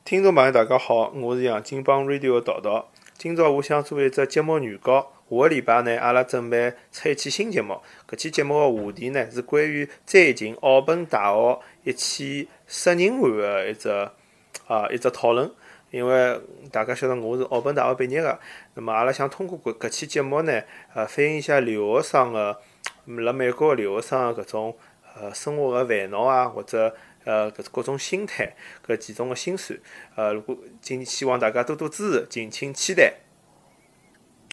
听众朋友，大家好，我是杨金帮 Radio 的桃桃。今朝我想做一只节目预告。下个礼拜呢，阿拉准备出一期新节目。搿期节目的话题呢是关于最近澳本大学一起杀人案的一只讨论。因为大家晓得我是澳本大学毕业的，那么阿拉想通过搿期节目呢，反映一下留学生的辣美国的留学生的搿种生活的烦恼啊，或者搿各种心态，搿几种的心酸。如果希望大家多多支持，敬请期待。